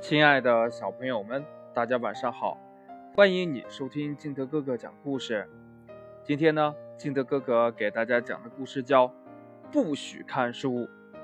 亲爱的小朋友们，大家晚上好！欢迎你收听金德哥哥讲故事。今天呢，金德哥哥给大家讲的故事叫《不许看书》。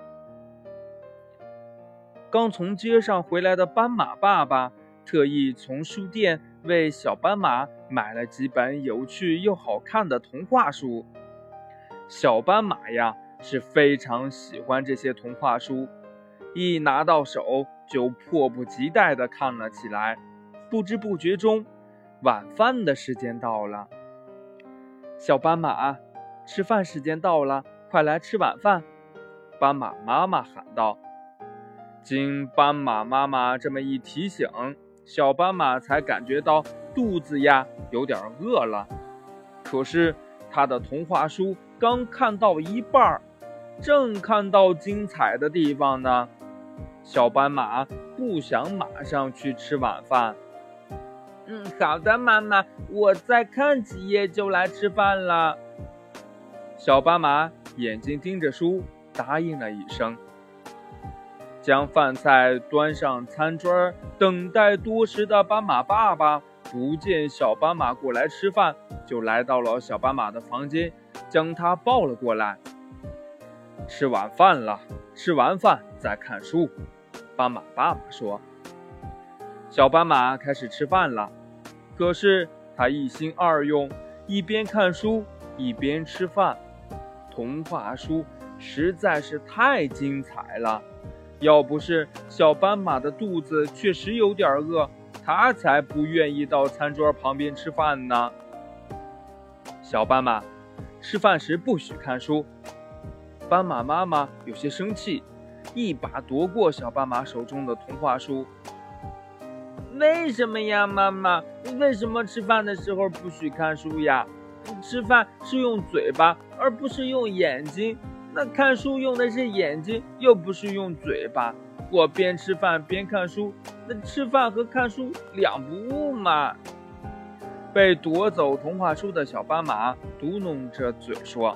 刚从街上回来的斑马爸爸特意从书店为小斑马买了几本有趣又好看的童话书。小斑马呀，是非常喜欢这些童话书，一拿到手就迫不及待地看了起来。不知不觉中，晚饭的时间到了。小斑马，吃饭时间到了，快来吃晚饭！斑马妈妈喊道。经斑马妈妈这么一提醒，小斑马才感觉到肚子呀有点饿了。可是他的童话书刚看到一半，正看到精彩的地方呢。小斑马不想马上去吃晚饭。好的，妈妈，我再看几页就来吃饭了。小斑马眼睛盯着书，答应了一声。将饭菜端上餐桌，等待多时的斑马爸爸不见小斑马过来吃饭，就来到了小斑马的房间，将它抱了过来。吃晚饭了，吃完饭再看书，斑马爸爸说。小斑马开始吃饭了，可是他一心二用，一边看书一边吃饭。童话书实在是太精彩了，要不是小斑马的肚子确实有点饿，他才不愿意到餐桌旁边吃饭呢。小斑马，吃饭时不许看书。斑马妈妈有些生气，一把夺过小斑马手中的童话书。为什么呀，妈妈？为什么吃饭的时候不许看书呀？吃饭是用嘴巴，而不是用眼睛。那看书用的是眼睛，又不是用嘴巴。我边吃饭边看书，那吃饭和看书两不误嘛。被夺走童话书的小斑马嘟哝着嘴说。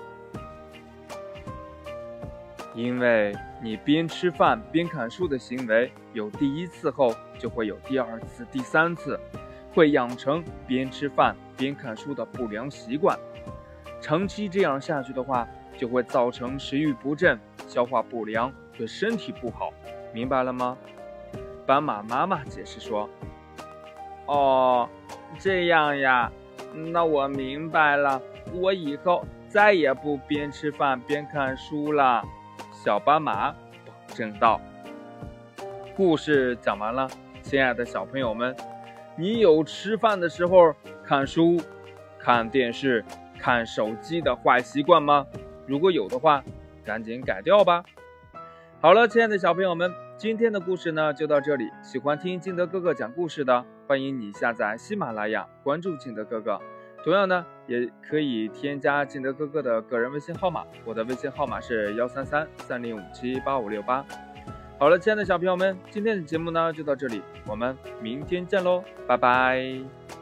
因为你边吃饭边看书的行为有第一次后，就会有第二次、第三次，会养成边吃饭边看书的不良习惯。长期这样下去的话，就会造成食欲不振、消化不良，对身体不好，明白了吗？斑马妈妈解释说。哦，这样呀，那我明白了，我以后再也不边吃饭边看书了。小斑马保证道。故事讲完了，亲爱的小朋友们，你有吃饭的时候看书、看电视、看手机的坏习惯吗？如果有的话，赶紧改掉吧。好了，亲爱的小朋友们，今天的故事呢就到这里。喜欢听金德哥哥讲故事的，欢迎你下载喜马拉雅，关注金德哥哥。同样呢，也可以添加金德哥哥的个人微信号码，我的微信号码是133-3057-8568。好了，亲爱的小朋友们，今天的节目呢就到这里，我们明天见喽，拜拜。